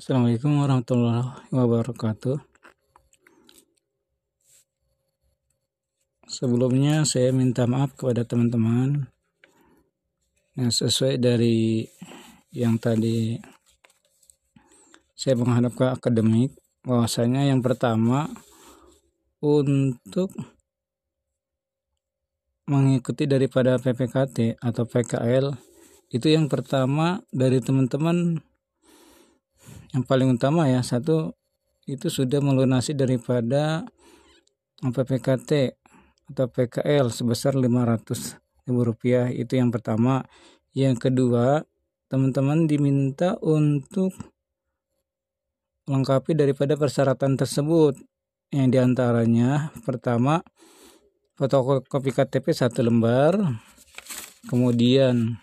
Assalamualaikum warahmatullahi wabarakatuh. Sebelumnya saya minta maaf kepada teman-teman yang sesuai dari yang tadi saya menghadap ke akademik, bahwasanya yang pertama untuk mengikuti daripada PPKT atau PKL itu yang pertama dari teman-teman yang paling utama ya, satu itu sudah melunasi daripada PPKT atau PKL sebesar Rp500.000, itu yang pertama. Yang kedua, teman-teman diminta untuk melengkapi daripada persyaratan tersebut, yang diantaranya pertama fotokopi KTP 1 lembar, kemudian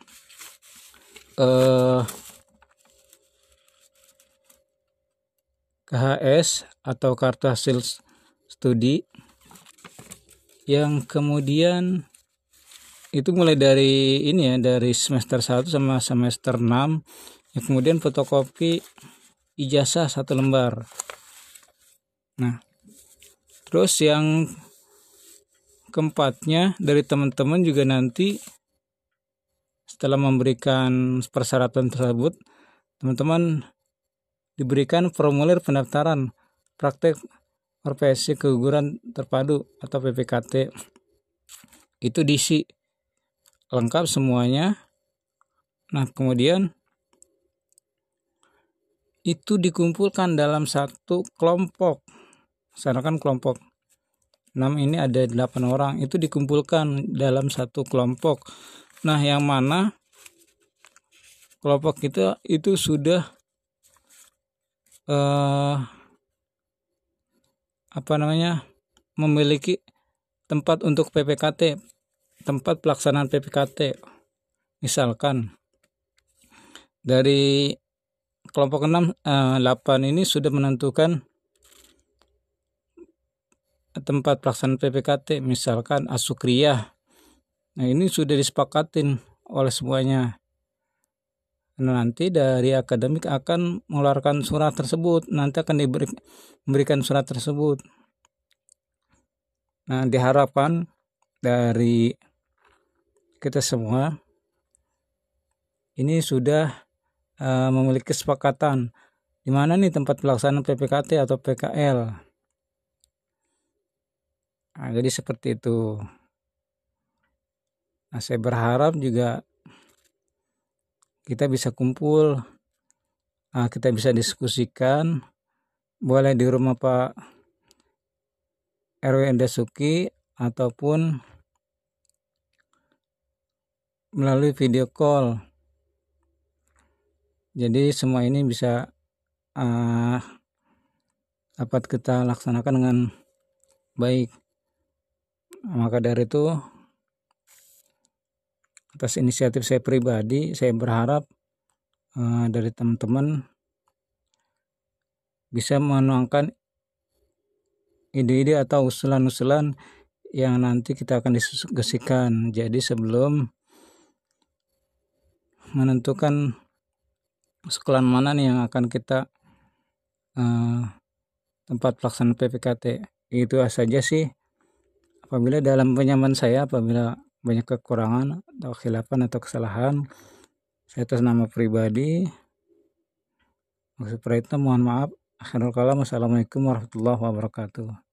KHS atau kartu hasil studi, yang kemudian itu mulai dari ini ya, dari semester 1 sama semester 6, ya, kemudian fotokopi ijazah 1 lembar. Nah, terus yang keempatnya dari teman-teman juga nanti setelah memberikan persyaratan tersebut, teman-teman diberikan formulir pendaftaran praktek profesi keguguran terpadu atau PPKT. Itu diisi lengkap semuanya. Nah, kemudian itu dikumpulkan dalam satu kelompok. Misalkan kelompok 6 ini ada 8 orang, itu dikumpulkan dalam satu kelompok. Nah, yang mana kelompok kita itu sudah memiliki tempat untuk PPKT, tempat pelaksanaan PPKT. Misalkan dari kelompok 8 ini sudah menentukan tempat pelaksanaan PPKT, misalkan Asukriyah. Nah, ini sudah disepakatin oleh semuanya. Nah, nanti dari akademik akan mengeluarkan surat tersebut, nanti akan memberikan surat tersebut. Nah, diharapkan dari kita semua ini sudah memiliki kesepakatan di mana nih tempat pelaksanaan PPKT atau PKL. Nah, jadi seperti itu. Nah, saya berharap juga kita bisa kumpul, kita bisa diskusikan, boleh di rumah Pak RW Endasuki ataupun melalui video call. Jadi semua ini bisa dapat kita laksanakan dengan baik. Maka dari itu, atas inisiatif saya pribadi, saya berharap dari teman-teman bisa menuangkan ide-ide atau usulan-usulan yang nanti kita akan diskusikan. Jadi sebelum menentukan sekolah mana nih yang akan kita tempat pelaksanaan PPKT, itu saja sih. Apabila dalam penyampaian saya, apabila banyak kekurangan atau khilafan atau kesalahan, saya atas nama pribadi maksud itu mohon maaf. Akhirul kalam, wassalamualaikum warahmatullahi wabarakatuh.